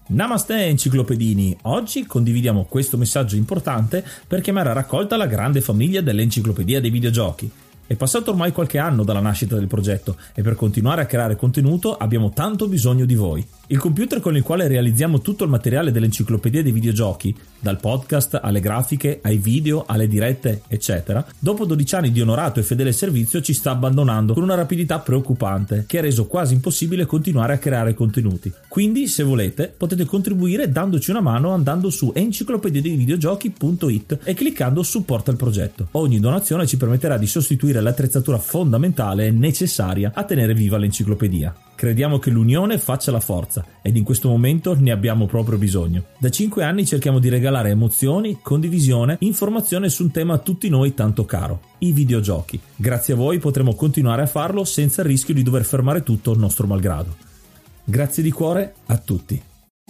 Namaste enciclopedini, oggi condividiamo questo messaggio importante per chiamare a raccolta la grande famiglia dell'Enciclopedia dei Videogiochi. È passato ormai qualche anno dalla nascita del progetto e per continuare a creare contenuto abbiamo tanto bisogno di voi. Il computer con il quale realizziamo tutto il materiale dell'Enciclopedia dei Videogiochi, dal podcast alle grafiche, ai video, alle dirette, eccetera, dopo 12 anni di onorato e fedele servizio ci sta abbandonando con una rapidità preoccupante che ha reso quasi impossibile continuare a creare contenuti. Quindi, se volete, potete contribuire dandoci una mano andando su enciclopediadeivideogiochi.it e cliccando supporta il progetto. Ogni donazione ci permetterà di sostituire l'attrezzatura fondamentale e necessaria a tenere viva l'enciclopedia. Crediamo che l'unione faccia la forza ed in questo momento ne abbiamo proprio bisogno. Da 5 anni cerchiamo di regalare emozioni, condivisione, informazione su un tema a tutti noi tanto caro, i videogiochi. Grazie a voi potremo continuare a farlo senza il rischio di dover fermare tutto nostro malgrado. Grazie di cuore a tutti.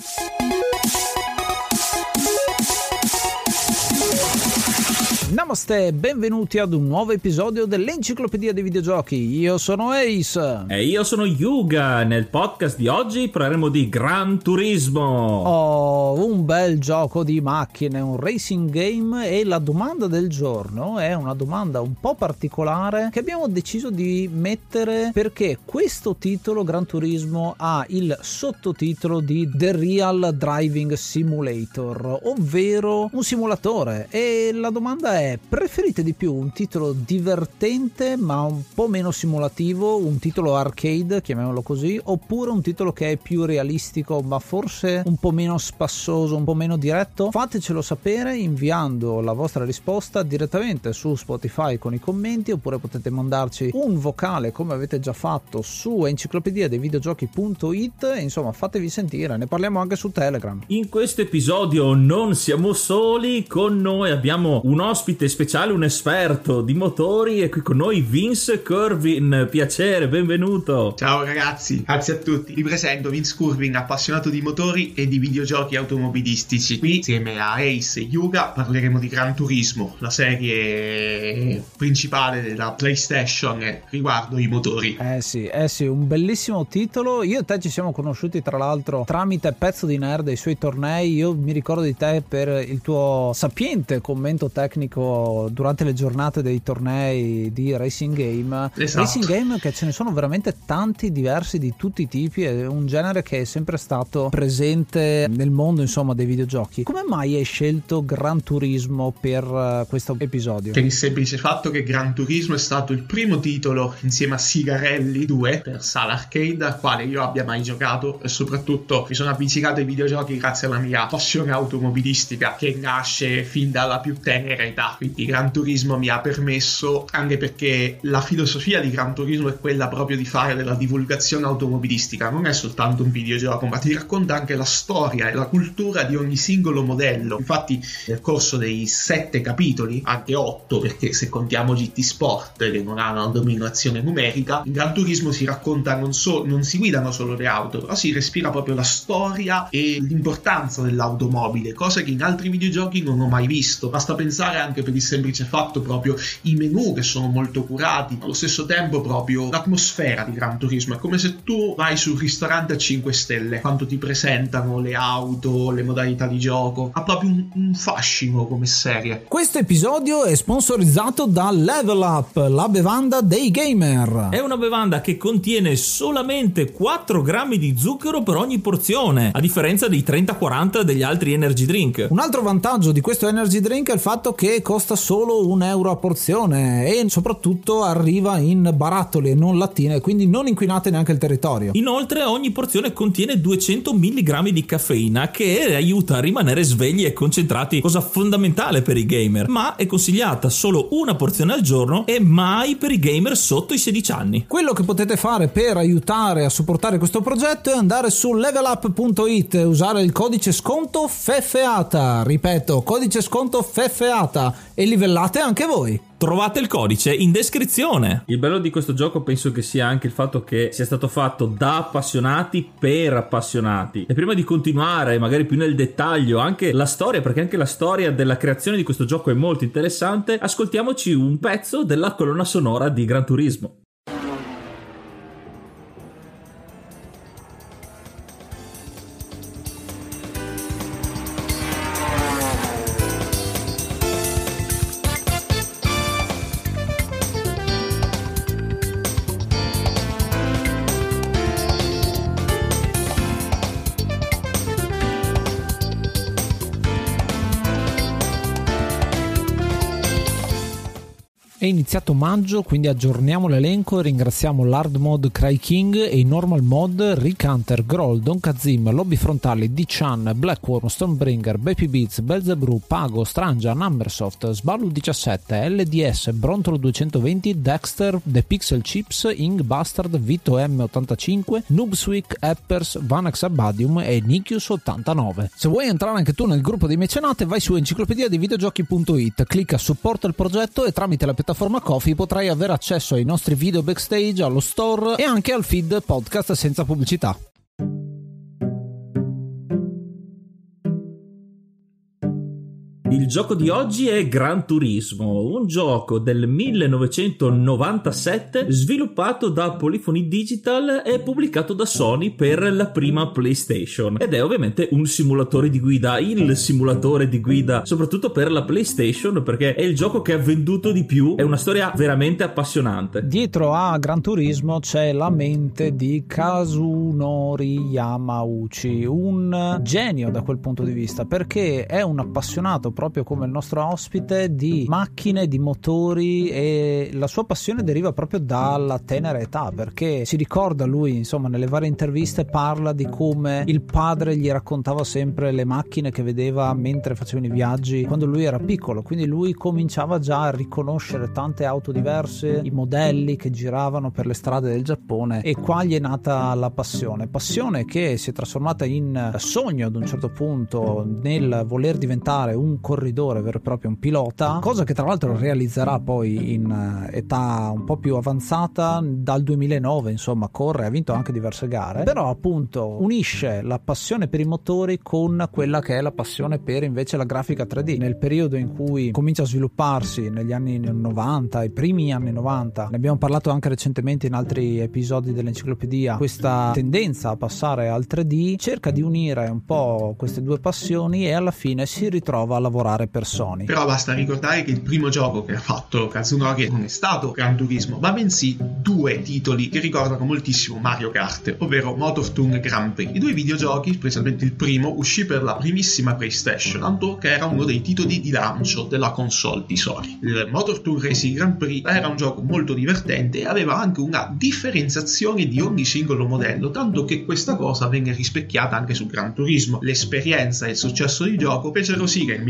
Namaste, benvenuti ad un nuovo episodio dell'Enciclopedia dei Videogiochi. Io sono Ace. E io sono Yuga. Nel podcast di oggi parleremo di Gran Turismo. Oh, un bel gioco di macchine, un racing game, e la domanda del giorno è una domanda un po' particolare che abbiamo deciso di mettere perché questo titolo, Gran Turismo, ha il sottotitolo di The Real Driving Simulator, ovvero un simulatore, e la domanda è: preferite di più un titolo divertente ma un po' meno simulativo, un titolo arcade, chiamiamolo così, oppure un titolo che è più realistico ma forse un po' meno spassoso, un po' meno diretto? Fatecelo sapere inviando la vostra risposta direttamente su Spotify con i commenti, oppure potete mandarci un vocale come avete già fatto su enciclopediadeivideogiochi.it e insomma fatevi sentire, ne parliamo anche su Telegram. In questo episodio non siamo soli, con noi abbiamo un ospite speciale, un esperto di motori, e qui con noi Vince Curvin. Piacere, benvenuto. Ciao ragazzi, grazie a tutti. Vi presento Vince Curvin, appassionato di motori e di videogiochi automobilistici. Qui insieme a Ace e Yuga parleremo di Gran Turismo, la serie principale della PlayStation riguardo i motori. Sì, un bellissimo titolo. Io e te ci siamo conosciuti tra l'altro tramite Pezzo di Nerd e i suoi tornei. Io mi ricordo di te per il tuo sapiente commento tecnico durante le giornate dei tornei di racing game. Esatto. Racing game che ce ne sono veramente tanti, diversi, di tutti i tipi, è un genere che è sempre stato presente nel mondo, insomma, dei videogiochi. Come mai hai scelto Gran Turismo per questo episodio? Per il semplice fatto che Gran Turismo è stato il primo titolo insieme a Sigarelli 2 per sala arcade al quale io abbia mai giocato, e soprattutto mi sono avvicinato ai videogiochi grazie alla mia passione automobilistica che nasce fin dalla più tenera età. Quindi Gran Turismo mi ha permesso, anche perché la filosofia di Gran Turismo è quella proprio di fare della divulgazione automobilistica, non è soltanto un videogioco ma ti racconta anche la storia e la cultura di ogni singolo modello. Infatti nel corso dei 7 capitoli, anche 8 perché se contiamo GT Sport che non ha una dominazione numerica, in Gran Turismo si racconta non si guidano solo le auto, ma si respira proprio la storia e l'importanza dell'automobile, cosa che in altri videogiochi non ho mai visto. Basta pensare anche per il semplice fatto proprio i menu che sono molto curati, allo stesso tempo proprio l'atmosfera di Gran Turismo. È come se tu vai sul ristorante a 5 stelle, quando ti presentano le auto, le modalità di gioco, ha proprio un fascino come serie. Questo episodio è sponsorizzato da Level Up, la bevanda dei gamer. È una bevanda che contiene solamente 4 grammi di zucchero per ogni porzione, a differenza dei 30-40 degli altri energy drink. Un altro vantaggio di questo energy drink è il fatto che costa solo €1 a porzione e soprattutto arriva in barattoli e non lattine, quindi non inquinate neanche il territorio. Inoltre ogni porzione contiene 200 mg di caffeina che aiuta a rimanere svegli e concentrati, cosa fondamentale per i gamer, ma è consigliata solo una porzione al giorno e mai per i gamer sotto i 16 anni. Quello che potete fare per aiutare a supportare questo progetto è andare su levelup.it e usare il codice sconto FEFEATA, ripeto, codice sconto FEFEATA, e livellate anche voi. Trovate il codice in descrizione. Il bello di questo gioco penso che sia anche il fatto che sia stato fatto da appassionati per appassionati. E prima di continuare magari più nel dettaglio anche la storia, perché anche la storia della creazione di questo gioco è molto interessante, ascoltiamoci un pezzo della colonna sonora di Gran Turismo. È iniziato maggio, quindi aggiorniamo l'elenco e ringraziamo l'Hard Mod Cry King e i Normal Mod Rick Hunter, Groll, Don Kazim, Lobby Frontali, D-Chan, Blackworm, Stonebringer, Baby Beats, Belzebrew, Pago, Strangia, Numbersoft, Sballu 17, LDS, Brontolo 220, Dexter, The Pixel Chips, Ing Bastard, Vito M85, Noobswick, Eppers, Vanax Abadium e Nikius 89. Se vuoi entrare anche tu nel gruppo dei mecenate, vai su enciclopediadivideogiochi.it, clicca supporta il progetto e tramite la piattaforma Ko-fi potrai avere accesso ai nostri video backstage, allo store e anche al feed podcast senza pubblicità. Il gioco di oggi è Gran Turismo, un gioco del 1997 sviluppato da Polyphony Digital e pubblicato da Sony per la prima PlayStation, ed è ovviamente un simulatore di guida, il simulatore di guida soprattutto per la PlayStation, perché è il gioco che ha venduto di più, è una storia veramente appassionante. Dietro a Gran Turismo c'è la mente di Kazunori Yamauchi, un genio da quel punto di vista, perché è un appassionato proprio come il nostro ospite di macchine, di motori, e la sua passione deriva proprio dalla tenera età, perché si ricorda lui, insomma, nelle varie interviste parla di come il padre gli raccontava sempre le macchine che vedeva mentre facevano i viaggi quando lui era piccolo, quindi lui cominciava già a riconoscere tante auto diverse, i modelli che giravano per le strade del Giappone, e qua gli è nata la passione che si è trasformata in sogno ad un certo punto, nel voler diventare un corridore vero e proprio, un pilota, cosa che tra l'altro realizzerà poi in età un po' più avanzata. Dal 2009 insomma corre, ha vinto anche diverse gare, però appunto unisce la passione per i motori con quella che è la passione per invece la grafica 3D. Nel periodo in cui comincia a svilupparsi, negli anni 90, i primi anni 90, ne abbiamo parlato anche recentemente in altri episodi dell'enciclopedia, questa tendenza a passare al 3D, cerca di unire un po' queste due passioni e alla fine si ritrova a lavorare per Sony. Però basta ricordare che il primo gioco che ha fatto Kazunori non è stato Gran Turismo, ma bensì due titoli che ricordano moltissimo Mario Kart, ovvero Motortoon Grand Prix. I due videogiochi, specialmente il primo, uscì per la primissima PlayStation, tanto che era uno dei titoli di lancio della console di Sony. Il Motortoon Racing Grand Prix era un gioco molto divertente e aveva anche una differenziazione di ogni singolo modello, tanto che questa cosa venne rispecchiata anche su Gran Turismo. L'esperienza e il successo di gioco fecero sì che nel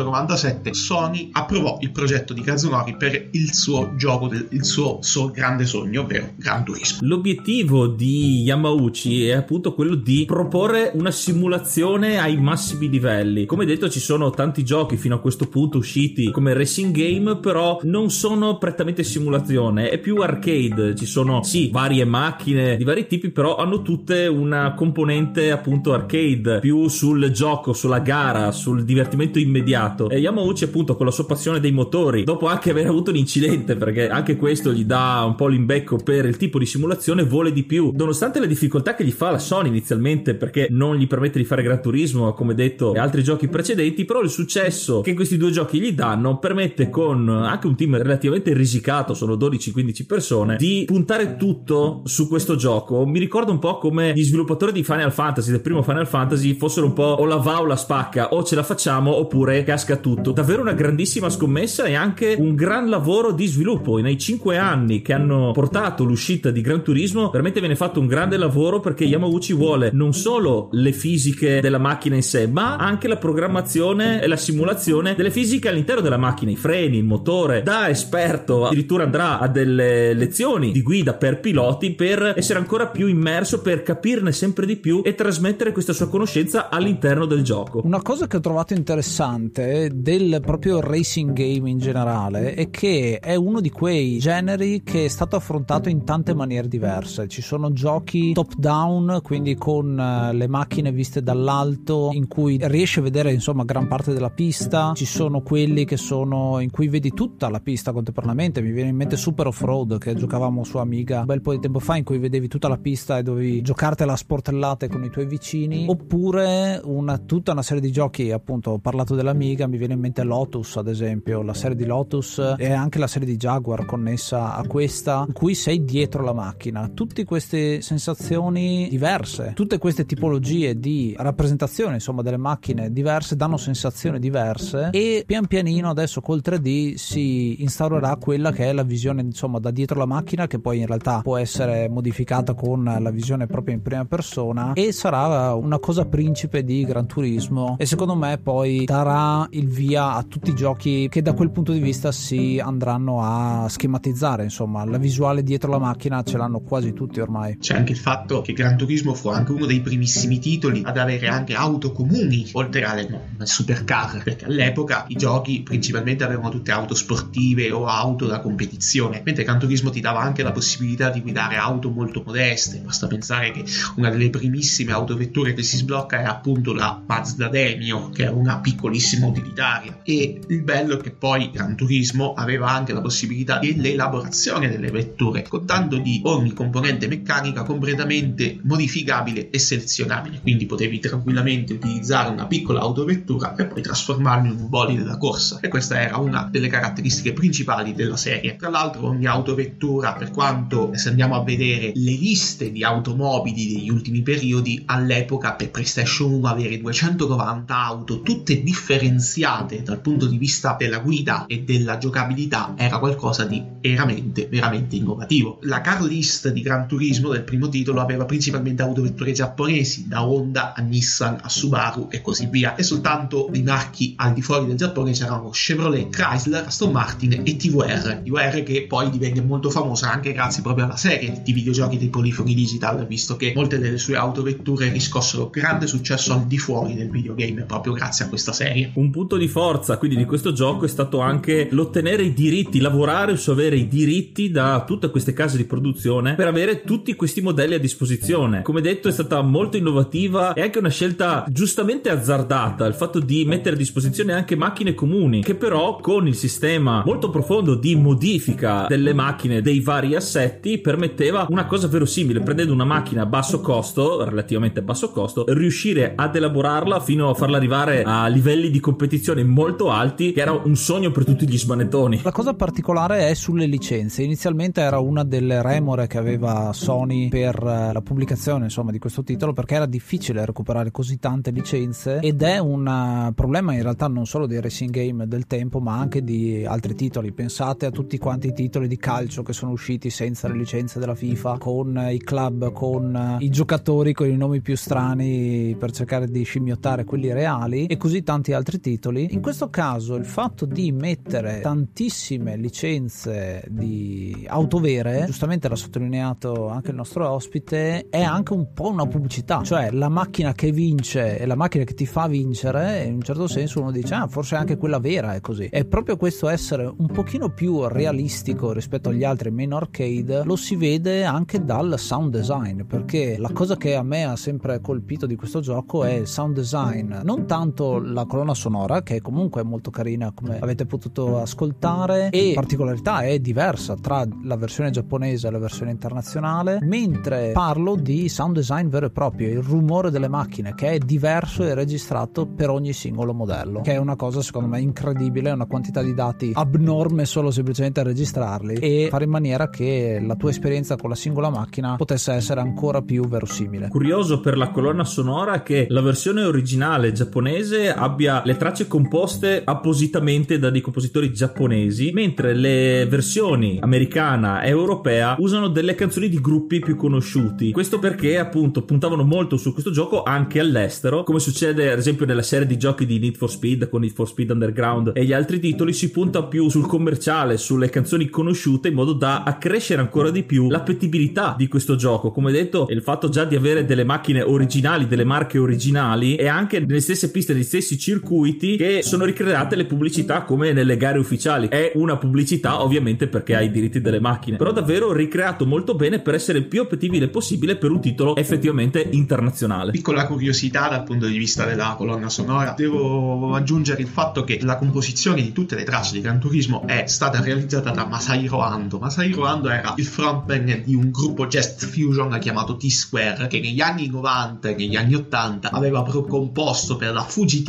1997 Sony approvò il progetto di Kazunori per il suo gioco, il suo grande sogno, ovvero Gran Turismo. L'obiettivo di Yamauchi è appunto quello di proporre una simulazione ai massimi livelli. Come detto, ci sono tanti giochi fino a questo punto usciti come racing game, però non sono prettamente simulazione, è più arcade. Ci sono sì varie macchine di vari tipi, però hanno tutte una componente appunto arcade, più sul gioco, sulla gara, sul divertimento immediato. E Yamauchi appunto con la sua passione dei motori, dopo anche aver avuto un incidente, perché anche questo gli dà un po' l'imbecco per il tipo di simulazione, vuole di più, nonostante le difficoltà che gli fa la Sony inizialmente, perché non gli permette di fare Gran Turismo come detto e altri giochi precedenti. Però il successo che questi due giochi gli danno permette, con anche un team relativamente risicato, sono 12-15 persone, di puntare tutto su questo gioco. Mi ricorda un po' come gli sviluppatori di Final Fantasy, del primo Final Fantasy, fossero un po' o la va o la spacca, o ce la facciamo oppure casca tutto. Davvero una grandissima scommessa e anche un gran lavoro di sviluppo. Nei 5 anni che hanno portato l'uscita di Gran Turismo veramente viene fatto un grande lavoro, perché Yamauchi vuole non solo le fisiche della macchina in sé, ma anche la programmazione e la simulazione delle fisiche all'interno della macchina, i freni, il motore. Da esperto addirittura andrà a delle lezioni di guida per piloti per essere ancora più immerso, per capirne sempre di più e trasmettere questa sua conoscenza all'interno del gioco. Una cosa che ho trovato interessante del proprio racing game in generale è che è uno di quei generi che è stato affrontato in tante maniere diverse. Ci sono giochi top down, quindi con le macchine viste dall'alto, in cui riesci a vedere insomma gran parte della pista. Ci sono quelli che sono in cui vedi tutta la pista contemporaneamente. Mi viene in mente Super Off-Road, che giocavamo su Amiga un bel po' di tempo fa, in cui vedevi tutta la pista e dovevi giocartela a sportellate con i tuoi vicini. Oppure tutta una serie di giochi, appunto ho parlato della dell'Amiga mi viene in mente Lotus, ad esempio, la serie di Lotus e anche la serie di Jaguar connessa a questa, in cui sei dietro la macchina. Tutte queste sensazioni diverse, tutte queste tipologie di rappresentazione insomma delle macchine diverse danno sensazioni diverse, e pian pianino adesso col 3D si instaurerà quella che è la visione insomma da dietro la macchina, che poi in realtà può essere modificata con la visione proprio in prima persona, e sarà una cosa principe di Gran Turismo, e secondo me poi darà il via a tutti i giochi che da quel punto di vista si andranno a schematizzare. Insomma, la visuale dietro la macchina ce l'hanno quasi tutti ormai. C'è anche il fatto che Gran Turismo fu anche uno dei primissimi titoli ad avere anche auto comuni oltre alle supercar, perché all'epoca i giochi principalmente avevano tutte auto sportive o auto da competizione, mentre Gran Turismo ti dava anche la possibilità di guidare auto molto modeste. Basta pensare che una delle primissime autovetture che si sblocca è appunto la Mazda Demio, che è una piccolissima utilitaria, e il bello è che poi Gran Turismo aveva anche la possibilità dell'elaborazione delle vetture, contando di ogni componente meccanica completamente modificabile e selezionabile, quindi potevi tranquillamente utilizzare una piccola autovettura e poi trasformarla in un bolide da corsa, e questa era una delle caratteristiche principali della serie. Tra l'altro ogni autovettura, per quanto se andiamo a vedere le liste di automobili degli ultimi periodi, all'epoca per PlayStation 1 avere 290 auto tutte differenziate dal punto di vista della guida e della giocabilità era qualcosa di veramente innovativo. La car list di Gran Turismo del primo titolo aveva principalmente autovetture giapponesi, da Honda a Nissan a Subaru e così via, e soltanto i marchi al di fuori del Giappone c'erano Chevrolet, Chrysler, Aston Martin e TVR che poi divenne molto famosa anche grazie proprio alla serie di videogiochi dei Polifoni Digital, visto che molte delle sue autovetture riscossero grande successo al di fuori del videogame proprio grazie a questa serie. Un punto di forza quindi di questo gioco è stato anche l'ottenere i diritti, lavorare su avere i diritti da tutte queste case di produzione per avere tutti questi modelli a disposizione. Come detto, è stata molto innovativa e anche una scelta giustamente azzardata il fatto di mettere a disposizione anche macchine comuni, che però con il sistema molto profondo di modifica delle macchine, dei vari assetti, permetteva una cosa verosimile: prendendo una macchina a basso costo, relativamente a basso costo, riuscire ad elaborarla fino a farla arrivare a livelli di competizione molto alti, che era un sogno per tutti gli smanettoni. La cosa particolare è sulle licenze. Inizialmente era una delle remore che aveva Sony per la pubblicazione insomma di questo titolo, perché era difficile recuperare così tante licenze, ed è un problema in realtà non solo dei racing game del tempo ma anche di altri titoli. Pensate a tutti quanti i titoli di calcio che sono usciti senza le licenze della FIFA, con i club, con i giocatori con i nomi più strani per cercare di scimmiottare quelli reali, e così tanti altri titoli. In questo caso il fatto di mettere tantissime licenze di auto vere, giustamente l'ha sottolineato anche il nostro ospite, è anche un po' una pubblicità, cioè la macchina che vince e la macchina che ti fa vincere, in un certo senso uno dice forse anche quella vera è così. E proprio questo essere un pochino più realistico rispetto agli altri meno arcade lo si vede anche dal sound design, perché la cosa che a me ha sempre colpito di questo gioco è il sound design, non tanto la colonna sonora, che comunque è molto carina come avete potuto ascoltare, e particolarità è diversa tra la versione giapponese e la versione internazionale, mentre parlo di sound design vero e proprio, il rumore delle macchine che è diverso e registrato per ogni singolo modello, che è una cosa secondo me incredibile, una quantità di dati abnorme solo semplicemente a registrarli, e fare in maniera che la tua esperienza con la singola macchina potesse essere ancora più verosimile. Curioso per la colonna sonora che la versione originale giapponese abbia le tracce composte appositamente da dei compositori giapponesi, mentre le versioni americana e europea usano delle canzoni di gruppi più conosciuti. Questo perché appunto puntavano molto su questo gioco anche all'estero, come succede ad esempio nella serie di giochi di Need for Speed con Need for Speed Underground e gli altri titoli. Si punta più sul commerciale, sulle canzoni conosciute, in modo da accrescere ancora di più l'appetibilità di questo gioco. Come detto, il fatto già di avere delle macchine originali, delle marche originali, e anche nelle stesse piste, negli stessi circuiti che sono ricreate le pubblicità come nelle gare ufficiali. È una pubblicità ovviamente perché ha i diritti delle macchine, però davvero ricreato molto bene per essere il più appetibile possibile per un titolo effettivamente internazionale. Piccola curiosità dal punto di vista della colonna sonora, devo aggiungere il fatto che la composizione di tutte le tracce di Gran Turismo è stata realizzata da Masahiro Ando. Masahiro Ando era il frontman di un gruppo jazz fusion chiamato T-Square, che negli anni 90 e negli anni 80 aveva composto per la Fuji TV la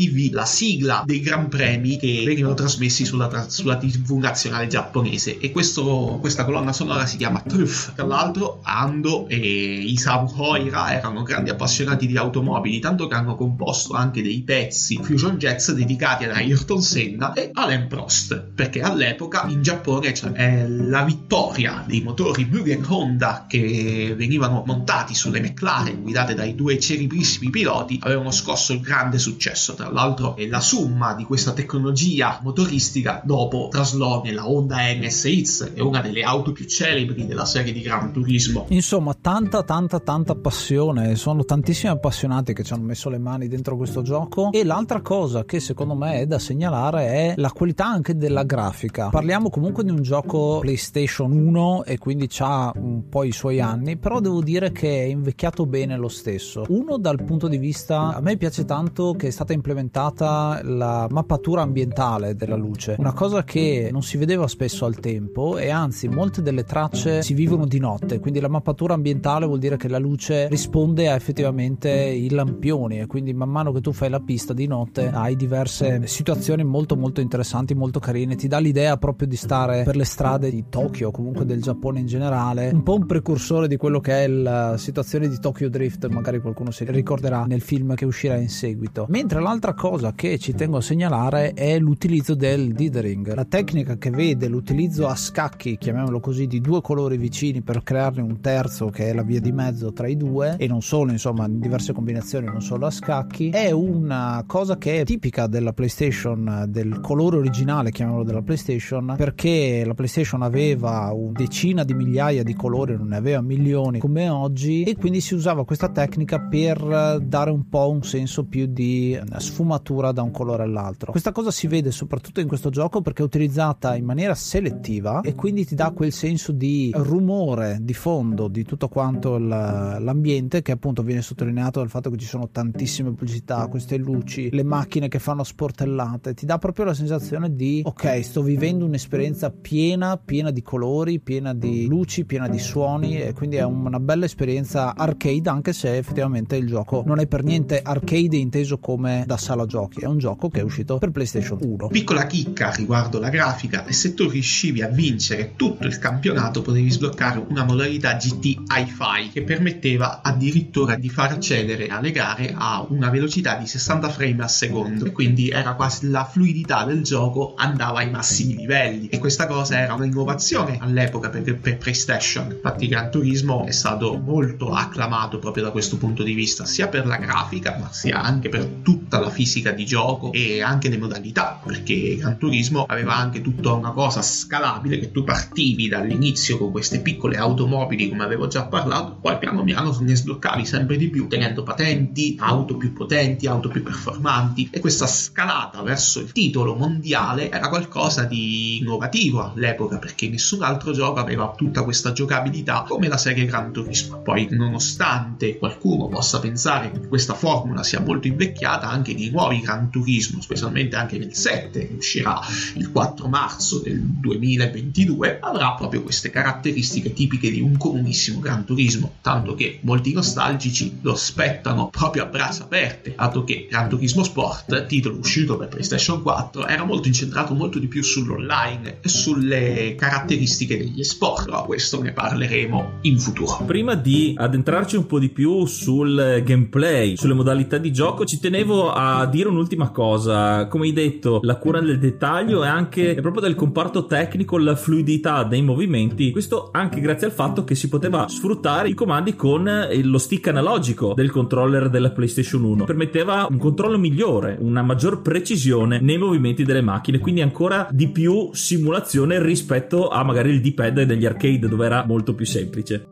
sigla dei Gran Premi che venivano trasmessi sulla TV nazionale giapponese, e questa colonna sonora si chiama Truth. Tra l'altro Ando e Isamu Hoira erano grandi appassionati di automobili, tanto che hanno composto anche dei pezzi fusion jazz dedicati ad Ayrton Senna e Alain Prost, perché all'epoca in Giappone la vittoria dei motori Mugen Honda che venivano montati sulle McLaren guidate dai due celebrissimi piloti avevano scosso il grande successo. Tra l'altro la somma di questa tecnologia motoristica dopo traslò nella Honda NSX, è una delle auto più celebri della serie di Gran Turismo. Insomma, tanta passione, sono tantissimi appassionati che ci hanno messo le mani dentro questo gioco. E l'altra cosa che secondo me è da segnalare è la qualità anche della grafica. Parliamo comunque di un gioco PlayStation 1 e quindi c'ha un po' i suoi anni, però devo dire che è invecchiato bene lo stesso. Uno, dal punto di vista, a me piace tanto che è stata implementata la mappatura ambientale della luce, una cosa che non si vedeva spesso al tempo, e anzi molte delle tracce si vivono di notte, quindi la mappatura ambientale vuol dire che la luce risponde a effettivamente i lampioni, e quindi man mano che tu fai la pista di notte hai diverse situazioni molto interessanti, molto carine. Ti dà l'idea proprio di stare per le strade di Tokyo o comunque del Giappone in generale, un po' un precursore di quello che è la situazione di Tokyo Drift, magari qualcuno si ricorderà nel film che uscirà in seguito. Mentre l'altra cosa che ci tengo a segnalare è l'utilizzo del dithering, la tecnica che vede l'utilizzo a scacchi, chiamiamolo così, di due colori vicini per crearne un terzo che è la via di mezzo tra i due, e non solo, insomma, in diverse combinazioni, non solo a scacchi. È una cosa che è tipica della PlayStation, del colore originale, chiamiamolo, della PlayStation, perché la PlayStation aveva una decina di migliaia di colori, non ne aveva milioni come oggi, e quindi si usava questa tecnica per dare un po' un senso più di sfumatura da un colore all'altro. Questa cosa si vede soprattutto in questo gioco perché è utilizzata in maniera selettiva, e quindi ti dà quel senso di rumore di fondo di tutto quanto l'ambiente, che appunto viene sottolineato dal fatto che ci sono tantissime pubblicità, queste luci, le macchine che fanno sportellate. Ti dà proprio la sensazione di ok, sto vivendo un'esperienza piena di colori, piena di luci, piena di suoni, e quindi è una bella esperienza arcade, anche se effettivamente il gioco non è per niente arcade inteso come da sala giochi, è un gioco che è uscito per PlayStation 1. Piccola chicca riguardo la grafica: e se tu riuscivi a vincere tutto il campionato potevi sbloccare una modalità GT Hi-Fi che permetteva addirittura di far accedere alle gare a una velocità di 60 frame al secondo, e quindi era quasi la fluidità del gioco andava ai massimi livelli, e questa cosa era un'innovazione all'epoca per PlayStation. Infatti Gran Turismo è stato molto acclamato proprio da questo punto di vista, sia per la grafica ma sia anche per tutta la fisica di gioco e anche le modalità, perché Gran Turismo aveva anche tutta una cosa scalabile, che tu partivi dall'inizio con queste piccole automobili come avevo già parlato, poi piano piano ne sbloccavi sempre di più tenendo patenti, auto più potenti, auto più performanti, e questa scalata verso il titolo mondiale era qualcosa di innovativo all'epoca, perché nessun altro gioco aveva tutta questa giocabilità come la serie Gran Turismo. Poi, nonostante qualcuno possa pensare che questa formula sia molto invecchiata, anche nei nuovi Gran Turismo, specialmente anche nel 7 che uscirà il 4 marzo del 2022, avrà proprio queste caratteristiche tipiche di un comunissimo Gran Turismo, tanto che molti nostalgici lo aspettano proprio a braccia aperte, dato che Gran Turismo Sport, titolo uscito per PlayStation 4, era molto incentrato molto di più sull'online e sulle caratteristiche degli sport, però questo ne parleremo in futuro. Prima di addentrarci un po' di più sul gameplay, sulle modalità di gioco, ci tenevo a dire un'ultima cosa. Come hai detto, la cura del dettaglio e anche proprio del comparto tecnico, la fluidità dei movimenti, questo anche grazie al fatto che si poteva sfruttare i comandi con lo stick analogico del controller della PlayStation 1, permetteva un controllo migliore, una maggior precisione nei movimenti delle macchine, quindi ancora di più simulazione rispetto a magari il D-pad degli arcade, dove era molto più semplice.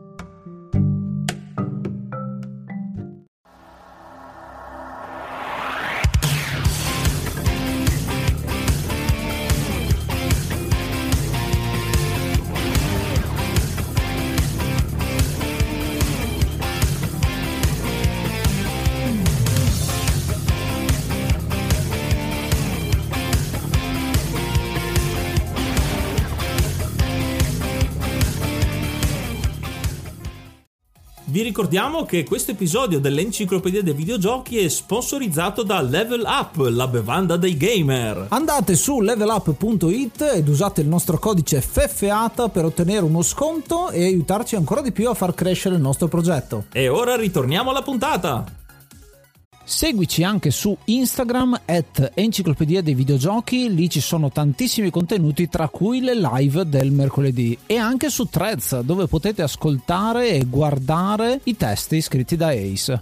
Vi ricordiamo che questo episodio dell'Enciclopedia dei Videogiochi è sponsorizzato da Level Up, la bevanda dei gamer. Andate su levelup.it ed usate il nostro codice FFATA per ottenere uno sconto e aiutarci ancora di più a far crescere il nostro progetto. E ora ritorniamo alla puntata. Seguici anche su Instagram @enciclopedia dei videogiochi, lì ci sono tantissimi contenuti tra cui le live del mercoledì, e anche su Threads dove potete ascoltare e guardare i testi scritti da Ace.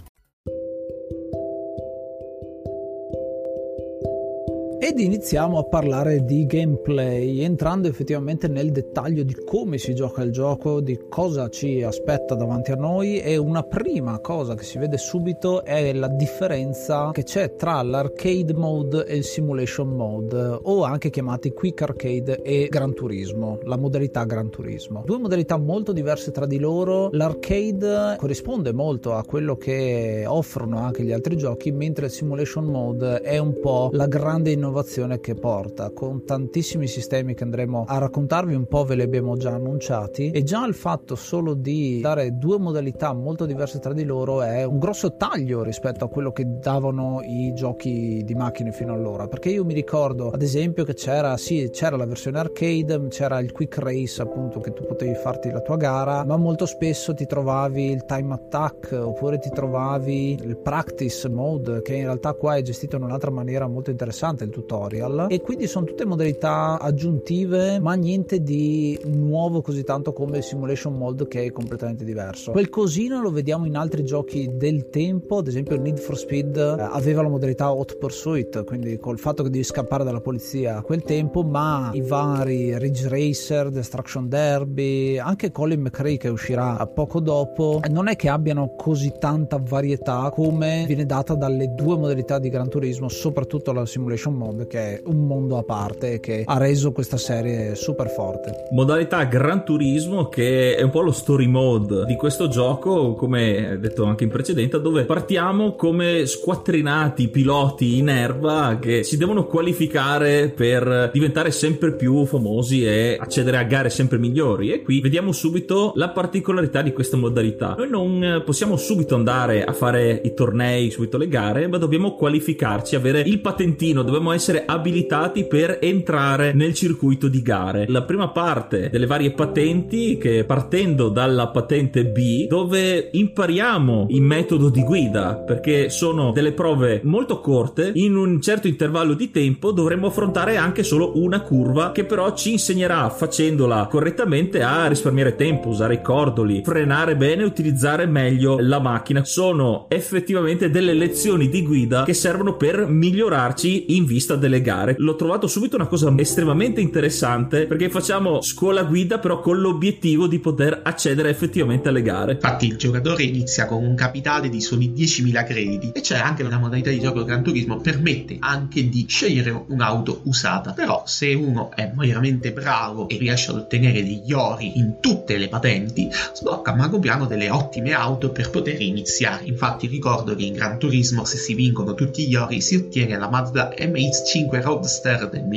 Ed iniziamo a parlare di gameplay, entrando effettivamente nel dettaglio di come si gioca il gioco, di cosa ci aspetta davanti a noi. E una prima cosa che si vede subito è la differenza che c'è tra l'arcade mode e il simulation mode, o anche chiamati quick arcade e Gran Turismo, la modalità Gran Turismo. Due modalità molto diverse tra di loro. L'arcade corrisponde molto a quello che offrono anche gli altri giochi, mentre il simulation mode è un po' la grande innovazione che porta, con tantissimi sistemi che andremo a raccontarvi. Un po' ve li abbiamo già annunciati, e già il fatto solo di dare due modalità molto diverse tra di loro è un grosso taglio rispetto a quello che davano i giochi di macchine fino allora, perché io mi ricordo ad esempio che c'era la versione arcade, c'era il quick race appunto, che tu potevi farti la tua gara, ma molto spesso ti trovavi il time attack oppure ti trovavi il practice mode, che in realtà qua è gestito in un'altra maniera molto interessante, il tutorial. E quindi sono tutte modalità aggiuntive, ma niente di nuovo così tanto come il simulation mode, che è completamente diverso. Qualcosina lo vediamo in altri giochi del tempo, ad esempio Need for Speed aveva la modalità Hot Pursuit, quindi col fatto che devi scappare dalla polizia a quel tempo, ma i vari Ridge Racer, Destruction Derby, anche Colin McRae che uscirà poco dopo, non è che abbiano così tanta varietà come viene data dalle due modalità di Gran Turismo, soprattutto la simulation mode, che è un mondo a parte che ha reso questa serie super forte. Modalità Gran Turismo, che è un po' lo story mode di questo gioco, come detto anche in precedenza, dove partiamo come squattrinati piloti in erba che si devono qualificare per diventare sempre più famosi e accedere a gare sempre migliori. E qui vediamo subito la particolarità di questa modalità. Noi non possiamo subito andare a fare i tornei, subito le gare, ma dobbiamo qualificarci, avere il patentino, dobbiamo essere abilitati per entrare nel circuito di gare. La prima parte delle varie patenti, che partendo dalla patente B, dove impariamo il metodo di guida, perché sono delle prove molto corte, in un certo intervallo di tempo dovremo affrontare anche solo una curva, che però ci insegnerà, facendola correttamente, a risparmiare tempo, usare i cordoli, frenare bene, utilizzare meglio la macchina. Sono effettivamente delle lezioni di guida che servono per migliorarci in vista delle gare. L'ho trovato subito una cosa estremamente interessante, perché facciamo scuola guida però con l'obiettivo di poter accedere effettivamente alle gare. Infatti il giocatore inizia con un capitale di soli 10.000 crediti, e c'è anche una modalità di gioco Gran Turismo, permette anche di scegliere un'auto usata. Però se uno è veramente bravo e riesce ad ottenere degli ori in tutte le patenti, sblocca a mago piano delle ottime auto per poter iniziare. Infatti ricordo che in Gran Turismo, se si vincono tutti gli ori, si ottiene la Mazda MX-5 Roadster del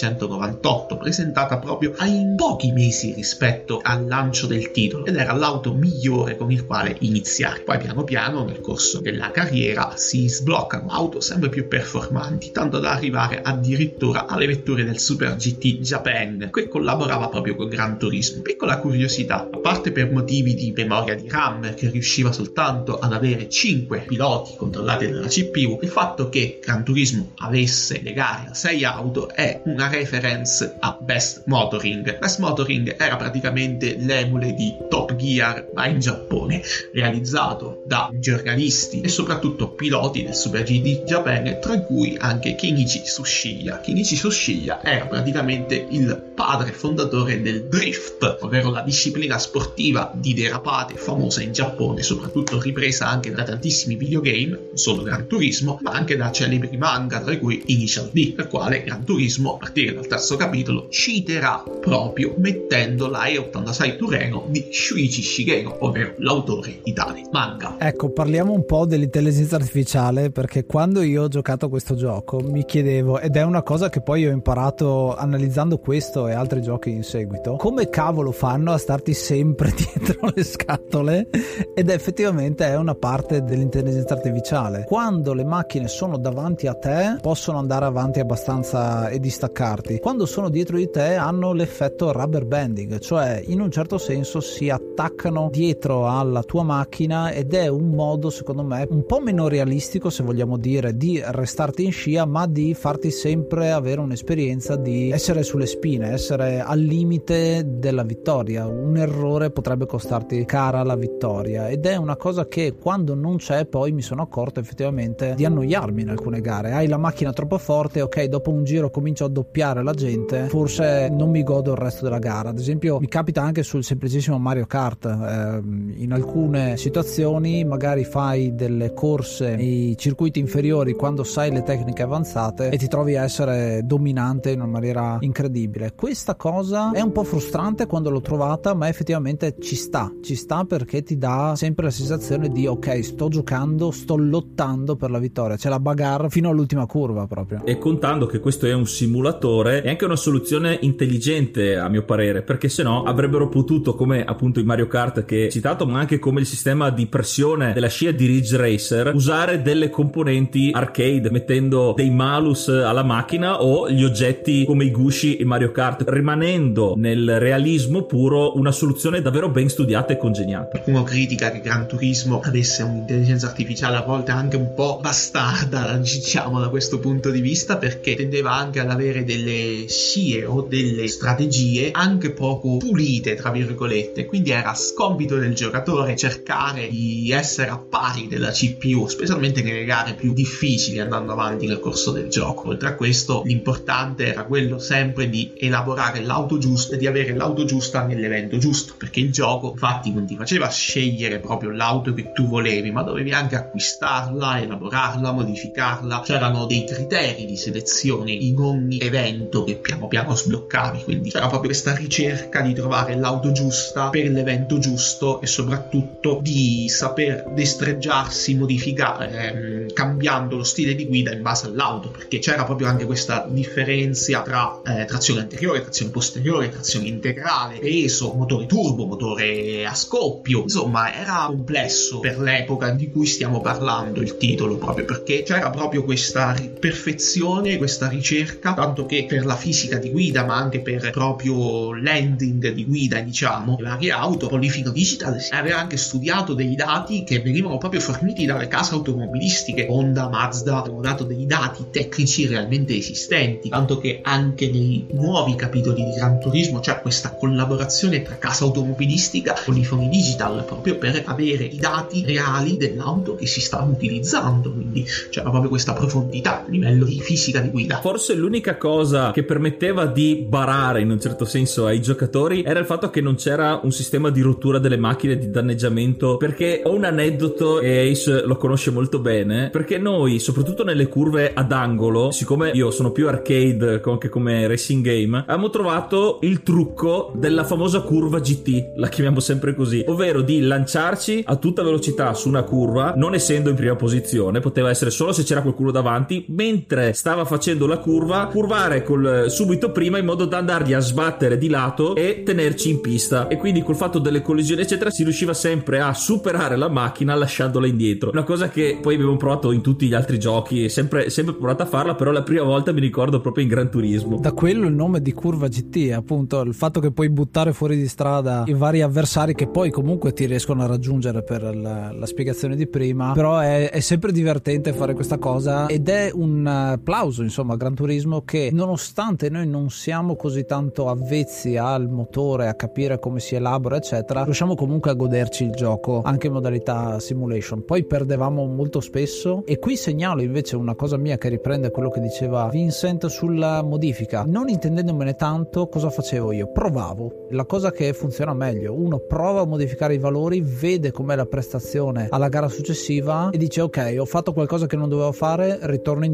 1998, presentata proprio in pochi mesi rispetto al lancio del titolo, ed era l'auto migliore con il quale iniziare. Poi piano piano nel corso della carriera si sbloccano auto sempre più performanti, tanto da arrivare addirittura alle vetture del Super GT Japan, che collaborava proprio con Gran Turismo. Piccola curiosità, a parte per motivi di memoria di RAM, che riusciva soltanto ad avere 5 piloti controllati dalla CPU, il fatto che Gran Turismo avesse le gare a 6 auto è una reference a Best Motoring. Best Motoring era praticamente l'emule di Top Gear, ma in Giappone, realizzato da giornalisti e soprattutto piloti del Super GT Japan, tra cui anche Kenichi Tsuchiya. Kenichi Tsuchiya era praticamente il padre fondatore del drift, ovvero la disciplina sportiva di derapate famosa in Giappone, soprattutto ripresa anche da tantissimi videogame, non solo Gran Turismo, ma anche da celebri manga, tra cui Initial Special D, per quale Gran Turismo, a partire dal terzo capitolo, citerà proprio mettendo la E86 Tureno di Shuichi Shigeno, ovvero l'autore di tale manga. Ecco, parliamo un po' dell'intelligenza artificiale, perché quando io ho giocato a questo gioco mi chiedevo, ed è una cosa che poi ho imparato analizzando questo e altri giochi in seguito, come cavolo fanno a starti sempre dietro le scatole? Ed effettivamente è una parte dell'intelligenza artificiale. Quando le macchine sono davanti a te possono andare avanti abbastanza e distaccarti, quando sono dietro di te hanno l'effetto rubber banding, cioè in un certo senso si attaccano dietro alla tua macchina, ed è un modo secondo me un po' meno realistico, se vogliamo dire, di restarti in scia, ma di farti sempre avere un'esperienza di essere sulle spine, essere al limite della vittoria. Un errore potrebbe costarti cara la vittoria, ed è una cosa che quando non c'è poi mi sono accorto effettivamente di annoiarmi in alcune gare. Hai la macchina troppo forte, ok, dopo un giro comincio a doppiare la gente, forse non mi godo il resto della gara. Ad esempio mi capita anche sul semplicissimo Mario Kart, in alcune situazioni magari fai delle corse nei circuiti inferiori quando sai le tecniche avanzate e ti trovi a essere dominante in una maniera incredibile. Questa cosa è un po' frustrante quando l'ho trovata, ma effettivamente ci sta perché ti dà sempre la sensazione di ok, sto giocando, sto lottando per la vittoria, c'è la bagarre fino all'ultima curva proprio. E contando che questo è un simulatore, è anche una soluzione intelligente a mio parere, perché se no avrebbero potuto, come appunto in Mario Kart che citato, ma anche come il sistema di pressione della scia di Ridge Racer, usare delle componenti arcade mettendo dei malus alla macchina o gli oggetti come i gusci in Mario Kart, rimanendo nel realismo puro, una soluzione davvero ben studiata e congegnata. Qualcuno critica che Gran Turismo avesse un'intelligenza artificiale a volte anche un po' bastarda, diciamo, da questo punto di vista, perché tendeva anche ad avere delle scie o delle strategie anche poco pulite, tra virgolette, quindi era scompito del giocatore cercare di essere a pari della CPU, specialmente nelle gare più difficili andando avanti nel corso del gioco. Oltre a questo, l'importante era quello sempre di elaborare l'auto giusta e di avere l'auto giusta nell'evento giusto, perché il gioco infatti non ti faceva scegliere proprio l'auto che tu volevi, ma dovevi anche acquistarla, elaborarla, modificarla. C'erano dei criteri di selezione in ogni evento che piano piano sbloccavi, quindi c'era proprio questa ricerca di trovare l'auto giusta per l'evento giusto e soprattutto di saper destreggiarsi, modificare, cambiando lo stile di guida in base all'auto, perché c'era proprio anche questa differenza tra trazione anteriore, trazione posteriore, trazione integrale, peso, motore turbo, motore a scoppio. Insomma, era complesso per l'epoca di cui stiamo parlando il titolo, proprio perché c'era proprio questa perfezione, questa ricerca, tanto che per la fisica di guida ma anche per proprio l'handling di guida, diciamo, le varie auto, Polifino Digital aveva anche studiato dei dati che venivano proprio forniti dalle case automobilistiche. Honda, Mazda avevano dato dei dati tecnici realmente esistenti, tanto che anche nei nuovi capitoli di Gran Turismo c'è questa collaborazione tra casa automobilistica e Polifoni Digital, proprio per avere i dati reali dell'auto che si stavano utilizzando, quindi c'era proprio questa profondità a livello di fisica di guida. Forse l'unica cosa che permetteva di barare in un certo senso ai giocatori era il fatto che non c'era un sistema di rottura delle macchine, di danneggiamento, perché ho un aneddoto e Ace lo conosce molto bene, perché noi soprattutto nelle curve ad angolo, siccome io sono più arcade anche come racing game, abbiamo trovato il trucco della famosa curva GT, la chiamiamo sempre così, ovvero di lanciarci a tutta velocità su una curva, non essendo in prima posizione, poteva essere solo se c'era qualcuno davanti, mentre stava facendo la curva, curvare subito prima in modo da andargli a sbattere di lato e tenerci in pista, e quindi col fatto delle collisioni eccetera si riusciva sempre a superare la macchina lasciandola indietro, una cosa che poi abbiamo provato in tutti gli altri giochi, sempre provato a farla, però la prima volta mi ricordo proprio in Gran Turismo. Da quello il nome di curva GT, appunto il fatto che puoi buttare fuori di strada i vari avversari che poi comunque ti riescono a raggiungere per la spiegazione di prima, però è sempre divertente fare questa cosa, ed è un plauso insomma a Gran Turismo che, nonostante noi non siamo così tanto avvezzi al motore, a capire come si elabora eccetera, riusciamo comunque a goderci il gioco anche in modalità simulation. Poi perdevamo molto spesso, e qui segnalo invece una cosa mia che riprende quello che diceva Vincent sulla modifica. Non intendendomene tanto, cosa facevo io? Provavo. La cosa che funziona meglio, uno prova a modificare i valori, vede com'è la prestazione alla gara successiva e dice ok, ho fatto qualcosa che non dovevo fare, ritorno indietro o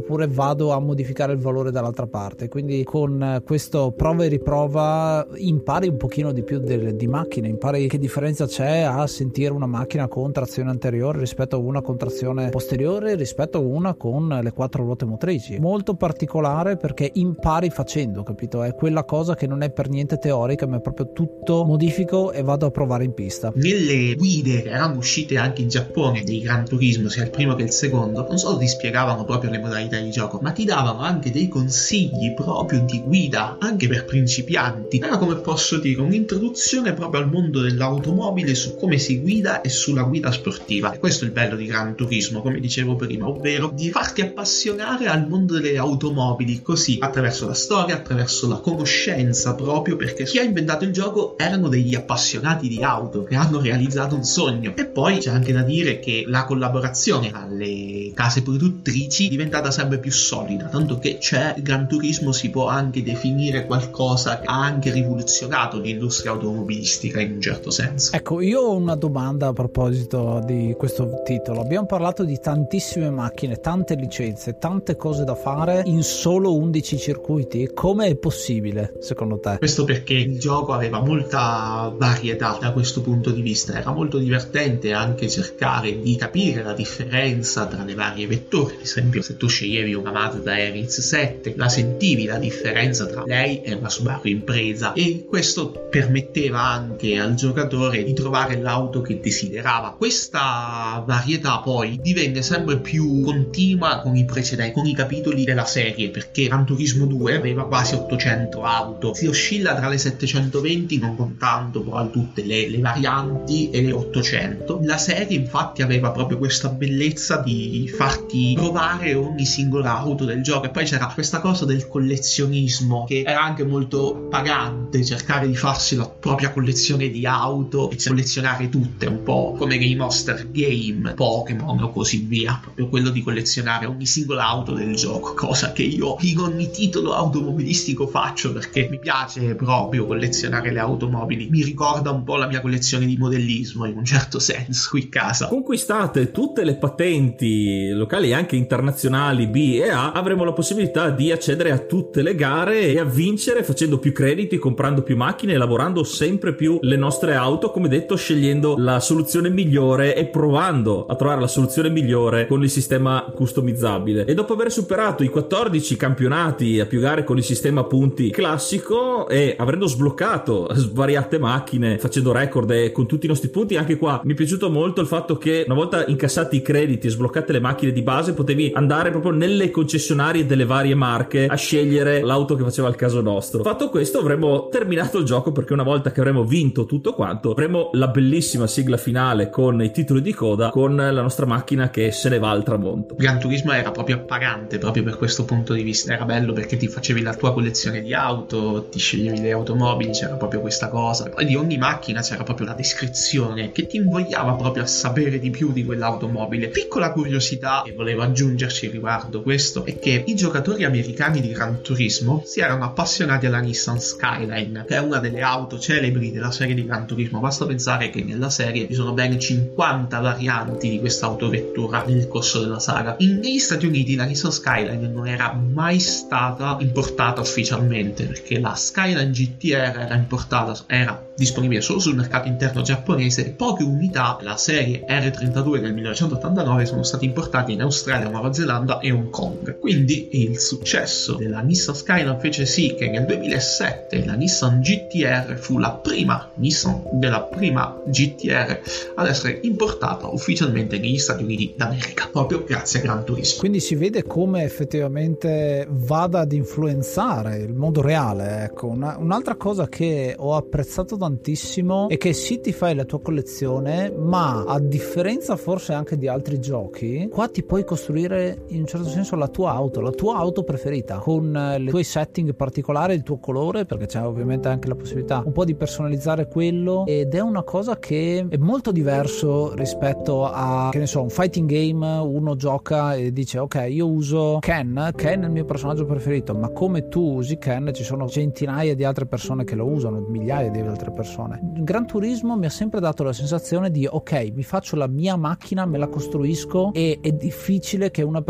oppure vado a modificare il valore dall'altra parte. Quindi con questo prova e riprova impari un pochino di più di macchine, impari che differenza c'è a sentire una macchina con trazione anteriore rispetto a una con trazione posteriore, rispetto a una con le 4 ruote motrici. Molto particolare perché impari facendo, capito? È quella cosa che non è per niente teorica, ma è proprio tutto modifico e vado a provare in pista. Nelle guide che erano uscite anche in Giappone dei Gran Turismo, sia il primo che il secondo, non solo ti spiegavano proprio le modalità di gioco, ma ti davano anche dei consigli proprio di guida anche per principianti. Era, come posso dire, un'introduzione proprio al mondo dell'automobile, su come si guida e sulla guida sportiva. E questo è il bello di Gran Turismo, come dicevo prima, ovvero di farti appassionare al mondo delle automobili, così attraverso la storia, attraverso la conoscenza, proprio perché chi ha inventato il gioco erano degli appassionati di auto che hanno realizzato un sogno. E poi c'è anche da dire che la collaborazione alle case produttrici è diventata sempre più solida, tanto che Gran Turismo si può anche definire qualcosa che ha anche rivoluzionato l'industria automobilistica in un certo senso. Ecco, io ho una domanda a proposito di questo titolo. Abbiamo parlato di tantissime macchine, tante licenze, tante cose da fare in solo 11 circuiti. Come è possibile, secondo te? Questo perché il gioco aveva molta varietà da questo punto di vista. Era molto divertente anche cercare di capire la differenza tra le varie vetture. Ad esempio, se tu sceglievi una Mazda RX-7, la sentivi la differenza tra lei e una Subaru Impreza, e questo permetteva anche al giocatore di trovare l'auto che desiderava. Questa varietà poi divenne sempre più continua con i precedenti, con i capitoli della serie, perché Gran Turismo 2 aveva quasi 800 auto, si oscilla tra le 720 non contando poi tutte le varianti e le 800. La serie infatti aveva proprio questa bellezza di farti provare ogni singola auto del gioco, e poi c'era questa cosa del collezionismo che era anche molto pagante, cercare di farsi la propria collezione di auto e collezionare tutte, un po' come nei Monster Game, Pokémon o così via, proprio quello di collezionare ogni singola auto del gioco, cosa che io in ogni titolo automobilistico faccio perché mi piace proprio collezionare le automobili, mi ricorda un po' la mia collezione di modellismo in un certo senso qui a casa. Conquistate tutte le patenti locali e anche internazionali B e A, avremo la possibilità di accedere a tutte le gare e a vincere facendo più crediti, comprando più macchine e lavorando sempre più le nostre auto, come detto, scegliendo la soluzione migliore e provando a trovare la soluzione migliore con il sistema customizzabile. E dopo aver superato i 14 campionati a più gare con il sistema punti classico e avendo sbloccato svariate macchine, facendo record e con tutti i nostri punti, anche qua mi è piaciuto molto il fatto che una volta incassati i crediti e sbloccate le macchine di base potevi andare proprio nelle concessionarie delle varie marche a scegliere l'auto che faceva il caso nostro. Fatto questo, avremo terminato il gioco, perché una volta che avremo vinto tutto quanto avremo la bellissima sigla finale con i titoli di coda, con la nostra macchina che se ne va al tramonto. Gran Turismo era proprio appagante proprio per questo punto di vista, era bello perché ti facevi la tua collezione di auto, ti sceglievi le automobili, c'era proprio questa cosa, e poi di ogni macchina c'era proprio la descrizione che ti invogliava proprio a sapere di più di quell'automobile. Piccola curiosità che volevo aggiungerci riguardo questo è che i giocatori americani di Gran Turismo si erano appassionati alla Nissan Skyline, che è una delle auto celebri della serie di Gran Turismo. Basta pensare che nella serie ci sono ben 50 varianti di questa autovettura nel corso della saga. Negli Stati Uniti la Nissan Skyline non era mai stata importata ufficialmente, perché la Skyline GTR era disponibile solo sul mercato interno giapponese, e poche unità della serie R32 del 1989 sono state importate in Australia, Nuova Zelanda e Hong Kong. Quindi il successo della Nissan Skyline fece sì che nel 2007 la Nissan GTR fu la prima Nissan della prima GTR ad essere importata ufficialmente negli Stati Uniti d'America, proprio grazie a Gran Turismo. Quindi si vede come effettivamente vada ad influenzare il mondo reale. Ecco, un'altra cosa che ho apprezzato tantissimo è che sì, ti fai la tua collezione, ma a differenza forse anche di altri giochi, qua ti puoi costruire in un certo senso la tua auto preferita, con i tuoi setting particolari, il tuo colore, perché c'è ovviamente anche la possibilità un po' di personalizzare quello, ed è una cosa che è molto diverso rispetto a, che ne so, un fighting game. Uno gioca e dice ok, io uso Ken è il mio personaggio preferito, ma come tu usi Ken ci sono centinaia di altre persone che lo usano, migliaia di altre persone. Gran Turismo mi ha sempre dato la sensazione di ok, mi faccio la mia macchina, me la costruisco, e è difficile che una persona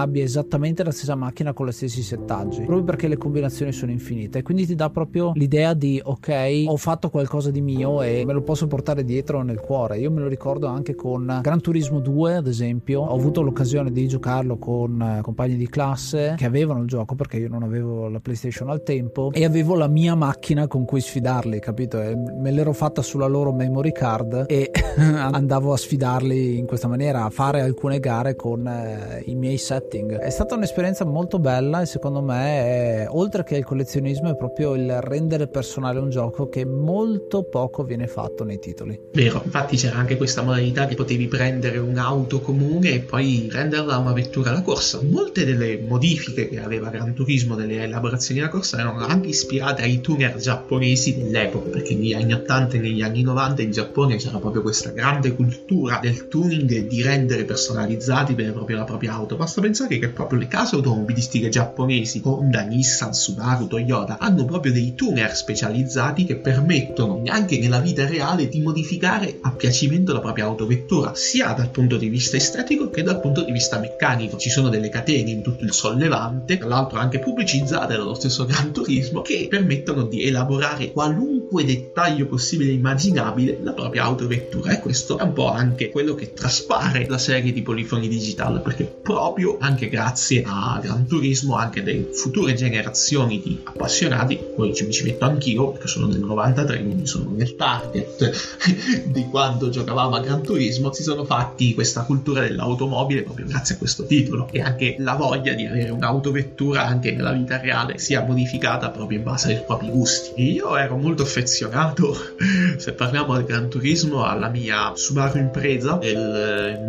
abbia esattamente la stessa macchina con gli stessi settaggi, proprio perché le combinazioni sono infinite, quindi ti dà proprio l'idea di ok, ho fatto qualcosa di mio e me lo posso portare dietro nel cuore. Io me lo ricordo anche con Gran Turismo 2 ad esempio, ho avuto l'occasione di giocarlo con compagni di classe che avevano il gioco, perché io non avevo la PlayStation al tempo e avevo la mia macchina con cui sfidarli, capito? E me l'ero fatta sulla loro memory card e andavo a sfidarli in questa maniera, a fare alcune gare con i miei setting. È stata un'esperienza molto bella e secondo me oltre che il collezionismo è proprio il rendere personale un gioco che molto poco viene fatto nei titoli. Vero, infatti c'era anche questa modalità che potevi prendere un'auto comune e poi renderla una vettura da corsa. Molte delle modifiche che aveva Gran Turismo, delle elaborazioni da corsa, erano anche ispirate ai tuner giapponesi dell'epoca, perché negli anni 80 e negli anni 90 in Giappone c'era proprio questa grande cultura del tuning e di rendere personalizzati per proprio la propria auto. Basta pensare che proprio le case automobilistiche giapponesi, Honda, Nissan, Subaru, Toyota, hanno proprio dei tuner specializzati che permettono anche nella vita reale di modificare a piacimento la propria autovettura, sia dal punto di vista estetico che dal punto di vista meccanico. Ci sono delle catene in tutto il sollevante, tra l'altro anche pubblicizzate dallo stesso Gran Turismo, che permettono di elaborare qualunque dettaglio possibile e immaginabile la propria autovettura, e questo è un po' anche quello che traspare la serie di Polyphony Digital, perché proprio anche grazie a Gran Turismo anche le future generazioni di appassionati, poi ci metto anch'io perché sono del 93, quindi sono nel target di quando giocavamo a Gran Turismo, si sono fatti questa cultura dell'automobile proprio grazie a questo titolo, e anche la voglia di avere un'autovettura anche nella vita reale sia modificata proprio in base ai propri gusti. Io ero molto affezionato, se parliamo di Gran Turismo, alla mia Subaru Impreza del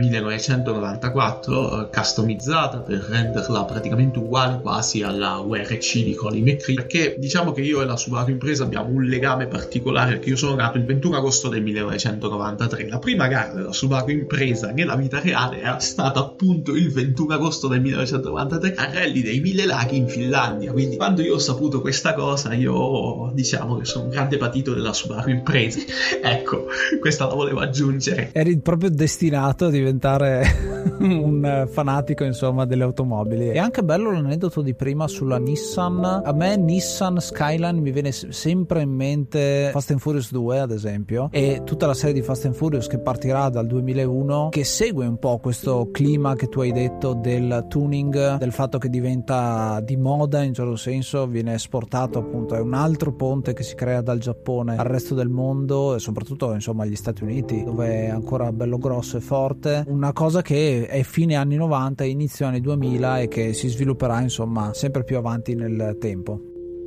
1994, customizzata per renderla praticamente uguale quasi alla WRC di Colin McRae, perché diciamo che io e la Subaru Impreza abbiamo un legame particolare, perché io sono nato il 21 agosto del 1993. La prima gara della Subaru Impreza nella vita reale era stata appunto il 21 agosto del 1993 a Rally dei Mille Laghi in Finlandia, quindi quando io ho saputo questa cosa io diciamo che sono un grande patito della Subaru Impreza. Ecco, questa la volevo aggiungere. Eri proprio destinato a diventare un fanatico insomma delle automobili. È anche bello l'aneddoto di prima sulla Nissan. A me Nissan Skyline mi viene sempre in mente Fast and Furious 2 ad esempio, e tutta la serie di Fast and Furious che partirà dal 2001, che segue un po' questo clima che tu hai detto del tuning, del fatto che diventa di moda in certo senso, viene esportato appunto, è un altro ponte che si crea dal Giappone al resto del mondo e soprattutto insomma agli Stati Uniti, dove è ancora bello grosso e forte, una cosa che è fine anni 90 e inizio anni 2000 e che si svilupperà insomma sempre più avanti nel tempo.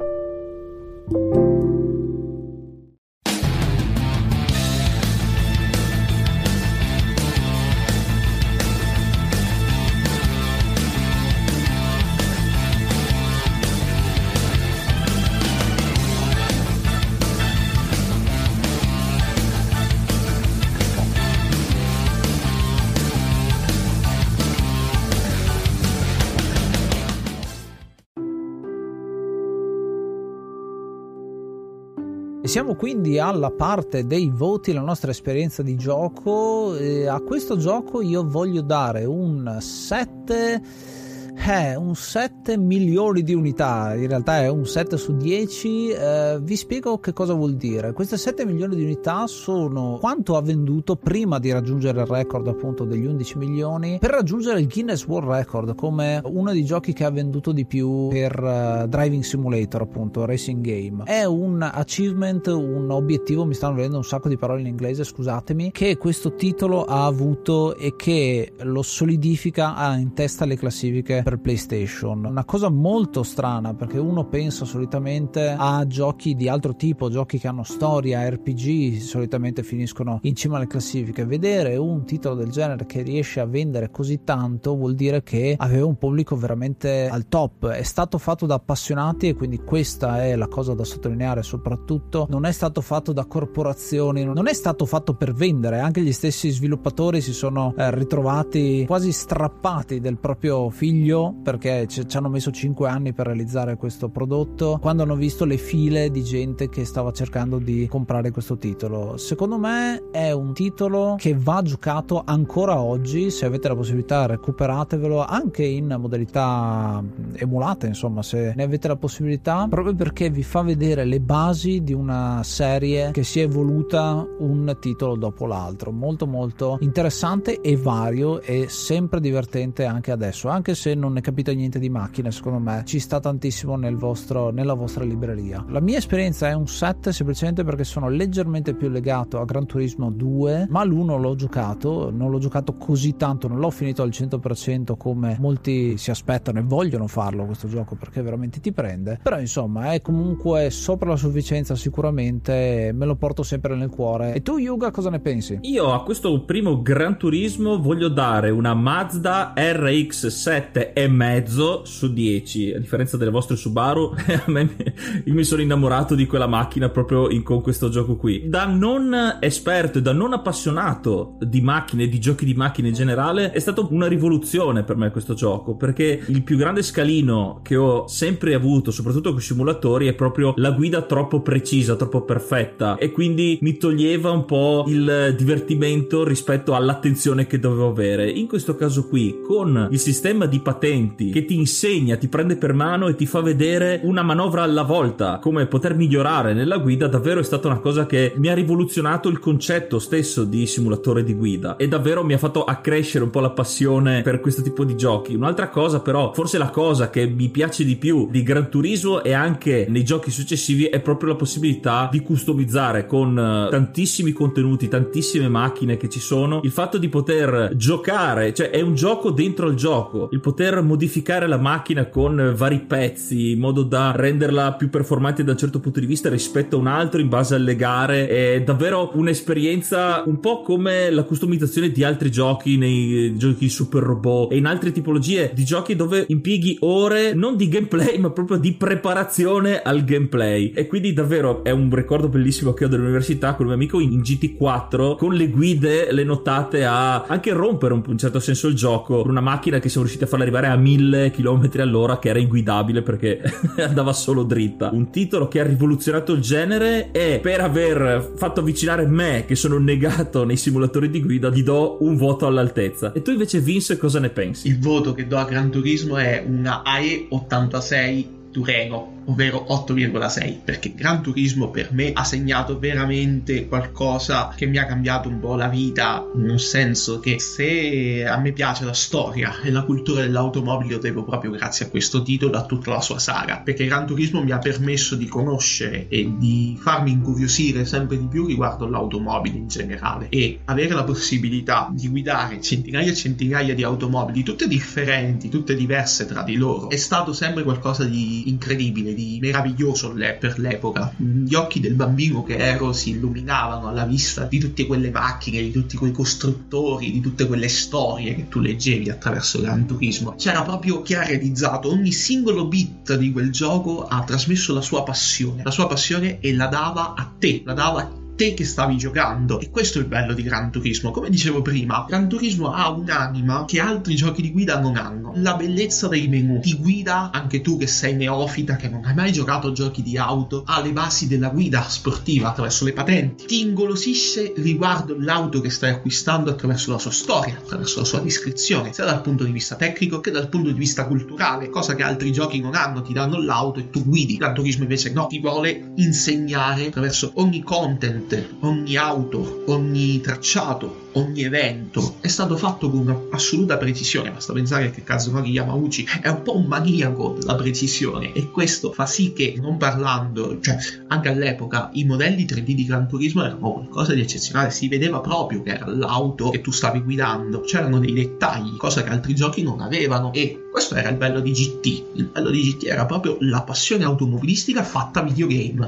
Siamo quindi alla parte dei voti, la nostra esperienza di gioco. A questo gioco io voglio dare un 7 milioni di unità, in realtà è un 7 su 10. Vi spiego che cosa vuol dire. Queste 7 milioni di unità sono quanto ha venduto prima di raggiungere il record appunto degli 11 milioni, per raggiungere il Guinness World Record come uno dei giochi che ha venduto di più per Driving Simulator, appunto racing game. È un achievement, un obiettivo, mi stanno venendo un sacco di parole in inglese, scusatemi, che questo titolo ha avuto e che lo solidifica in testa alle classifiche per PlayStation. Una cosa molto strana, perché uno pensa solitamente a giochi di altro tipo, giochi che hanno storia, RPG, solitamente finiscono in cima alle classifiche. Vedere un titolo del genere che riesce a vendere così tanto vuol dire che aveva un pubblico veramente al top. È stato fatto da appassionati e quindi questa è la cosa da sottolineare. Soprattutto non è stato fatto da corporazioni, non è stato fatto per vendere. Anche gli stessi sviluppatori si sono ritrovati quasi strappati del proprio figlio capito perché ci hanno messo 5 anni per realizzare questo prodotto, quando hanno visto le file di gente che stava cercando di comprare questo titolo. Secondo me è un titolo che va giocato ancora oggi. Se avete la possibilità, recuperatevelo anche in modalità emulata, insomma, se ne avete la possibilità, proprio perché vi fa vedere le basi di una serie che si è evoluta un titolo dopo l'altro. Molto molto interessante e vario, e sempre divertente anche adesso, anche se non ne capite niente di macchine. Secondo me ci sta tantissimo nella vostra libreria. La mia esperienza è un 7 semplicemente perché sono leggermente più legato a Gran Turismo 2, ma l'1 non l'ho giocato così tanto, non l'ho finito al 100% come molti si aspettano e vogliono farlo questo gioco, perché veramente ti prende. Però insomma è comunque sopra la sufficienza sicuramente, me lo porto sempre nel cuore. E tu, Yuga, cosa ne pensi? Io a questo primo Gran Turismo voglio dare una Mazda RX 7,5 su 10. A differenza delle vostre Subaru, io mi sono innamorato di quella macchina proprio con questo gioco qui. Da non esperto e da non appassionato di macchine, di giochi di macchine in generale, è stata una rivoluzione per me questo gioco, perché il più grande scalino che ho sempre avuto, soprattutto con i simulatori, è proprio la guida troppo precisa, troppo perfetta, e quindi mi toglieva un po' il divertimento rispetto all'attenzione che dovevo avere. In questo caso qui, con il sistema di patenti che ti insegna, ti prende per mano e ti fa vedere una manovra alla volta, come poter migliorare nella guida, davvero è stata una cosa che mi ha rivoluzionato il concetto stesso di simulatore di guida, e davvero mi ha fatto accrescere un po' la passione per questo tipo di giochi. Un'altra cosa però, forse la cosa che mi piace di più di Gran Turismo e anche nei giochi successivi, è proprio la possibilità di customizzare con tantissimi contenuti, tantissime macchine che ci sono, il fatto di poter giocare, cioè è un gioco dentro il gioco, il poter modificare la macchina con vari pezzi in modo da renderla più performante da un certo punto di vista rispetto a un altro in base alle gare. È davvero un'esperienza un po' come la customizzazione di altri giochi, nei giochi di Super Robot e in altre tipologie di giochi dove impieghi ore non di gameplay ma proprio di preparazione al gameplay. E quindi davvero è un ricordo bellissimo che ho dell'università con un mio amico in GT4, con le guide, le notate, a anche rompere un certo senso il gioco, con una macchina che siamo riusciti a farla arrivare a 1000 km all'ora, che era inguidabile perché andava solo dritta. Un titolo che ha rivoluzionato il genere, e per aver fatto avvicinare me, che sono negato nei simulatori di guida, gli do un voto all'altezza. E tu invece, Vince, cosa ne pensi? Il voto che do a Gran Turismo è una AE 86 Tureno, ovvero 8,6, perché Gran Turismo per me ha segnato veramente qualcosa che mi ha cambiato un po' la vita, nel senso che se a me piace la storia e la cultura dell'automobile, lo devo proprio grazie a questo titolo, a tutta la sua saga, perché Gran Turismo mi ha permesso di conoscere e di farmi incuriosire sempre di più riguardo l'automobile in generale, e avere la possibilità di guidare centinaia e centinaia di automobili, tutte differenti, tutte diverse tra di loro, è stato sempre qualcosa di incredibile, di meraviglioso per l'epoca. Gli occhi del bambino che ero si illuminavano alla vista di tutte quelle macchine, di tutti quei costruttori, di tutte quelle storie che tu leggevi attraverso Gran Turismo. C'era proprio chi ha realizzato ogni singolo bit di quel gioco, ha trasmesso la sua passione e la dava a te, la dava a te che stavi giocando. E questo è il bello di Gran Turismo. Come dicevo prima, Gran Turismo ha un'anima che altri giochi di guida non hanno. La bellezza dei menu ti guida, anche tu che sei neofita, che non hai mai giocato a giochi di auto, alle basi della guida sportiva attraverso le patenti, ti ingolosisce riguardo l'auto che stai acquistando attraverso la sua storia, attraverso la sua descrizione, sia dal punto di vista tecnico che dal punto di vista culturale, cosa che altri giochi non hanno. Ti danno l'auto e tu guidi. Gran Turismo invece no, ti vuole insegnare attraverso ogni content, ogni auto, ogni tracciato, ogni evento. È stato fatto con assoluta precisione. Basta pensare che Kazunori Yamauchi è un po' un maniaco della precisione, e questo fa sì che, non parlando, cioè anche all'epoca, i modelli 3D di Gran Turismo erano qualcosa di eccezionale. Si vedeva proprio che era l'auto che tu stavi guidando, c'erano dei dettagli, cosa che altri giochi non avevano, e questo era il bello di GT. Il bello di GT era proprio la passione automobilistica fatta videogame.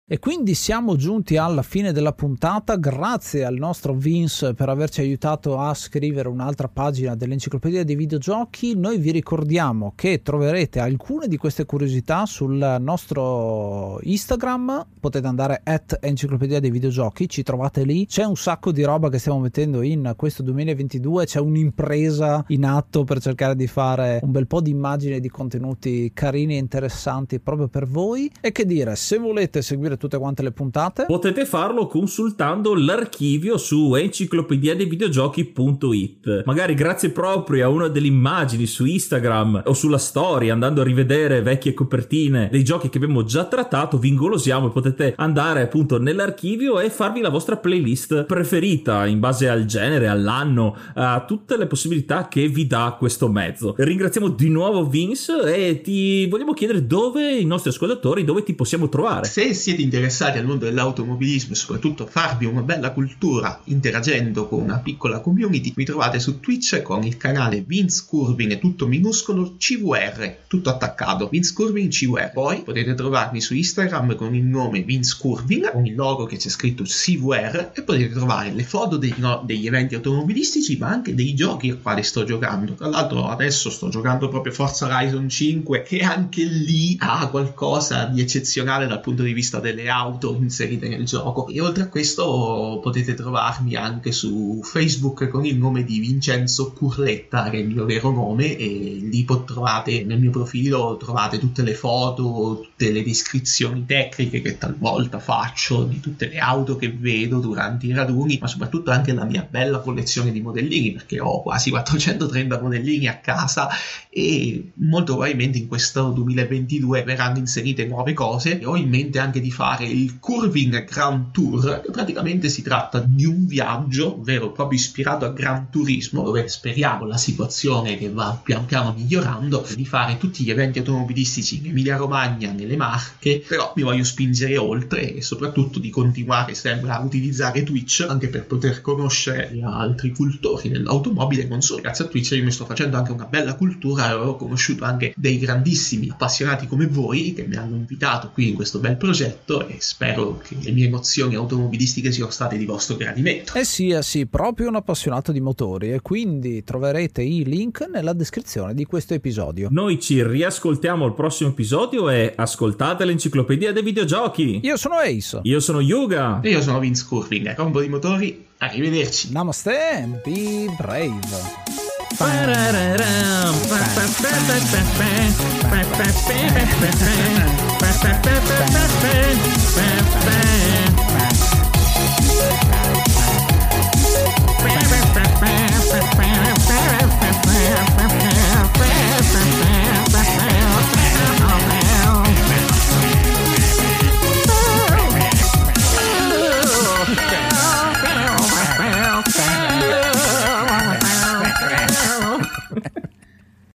E quindi siamo giunti alla fine della puntata. Grazie al nostro Vince per averci aiutato a scrivere un'altra pagina dell'Enciclopedia dei Videogiochi. Noi vi ricordiamo che troverete alcune di queste curiosità sul nostro Instagram, potete andare @Enciclopedia dei Videogiochi, ci trovate lì. C'è un sacco di roba che stiamo mettendo in questo 2022, c'è un'impresa in atto per cercare di fare un bel po' di immagini e di contenuti carini e interessanti proprio per voi. E che dire, se volete seguire tutte quante le puntate potete farlo consultando l'archivio su enciclopediadeivideogiochi.it, magari grazie proprio a una delle immagini su Instagram o sulla story, andando a rivedere vecchie copertine dei giochi che abbiamo già trattato, vi ingolosiamo e potete andare appunto nell'archivio e farvi la vostra playlist preferita in base al genere, all'anno, a tutte le possibilità che vi dà questo mezzo. Ringraziamo di nuovo Vince e ti vogliamo chiedere dove i nostri ascoltatori, dove ti possiamo trovare. Se siete interessati al mondo dell'automobilismo e soprattutto farvi una bella cultura interagendo con una piccola community, mi trovate su Twitch con il canale Vince Curving, tutto minuscolo, CVR, tutto attaccato, Vince Curving CVR. Poi potete trovarmi su Instagram con il nome Vince Curving, con il logo che c'è scritto CVR, e potete trovare le foto degli eventi automobilistici, ma anche dei giochi ai quali sto giocando. Tra l'altro adesso sto giocando proprio Forza Horizon 5, che anche lì ha qualcosa di eccezionale dal punto di vista delle auto inserite nel gioco. E oltre a questo potete trovarmi anche su Facebook con il nome di Vincenzo Curletta, che è il mio vero nome, e lì trovate, nel mio profilo trovate tutte le foto, tutte le descrizioni tecniche che talvolta faccio di tutte le auto che vedo durante i raduni, ma soprattutto anche la mia bella collezione di modellini, perché ho quasi 430 modellini a casa e molto probabilmente in questo 2022 verranno inserite nuove cose. E ho in mente anche di fare il Curving Grand Tour, che praticamente si tratta di un viaggio vero e proprio ispirato a Gran Turismo, dove speriamo la situazione che va pian piano migliorando, di fare tutti gli eventi automobilistici in Emilia Romagna, nelle Marche. Però mi voglio spingere oltre e soprattutto di continuare sempre a utilizzare Twitch anche per poter conoscere gli altri cultori dell'automobile. Non solo, grazie a Twitch io mi sto facendo anche una bella cultura e ho conosciuto anche dei grandissimi appassionati come voi che mi hanno invitato qui in questo bel progetto, e spero che le mie emozioni automobilistiche siano state di vostro gradimento. Sì, proprio un appassionato di motori, e quindi troverete i link nella descrizione di questo episodio. Noi ci riascoltiamo al prossimo episodio e ascoltate l'Enciclopedia dei Videogiochi. Io sono Ace. Io sono Yuga. E io sono Vince Curving, rombo di motori, arrivederci. Namaste and be brave.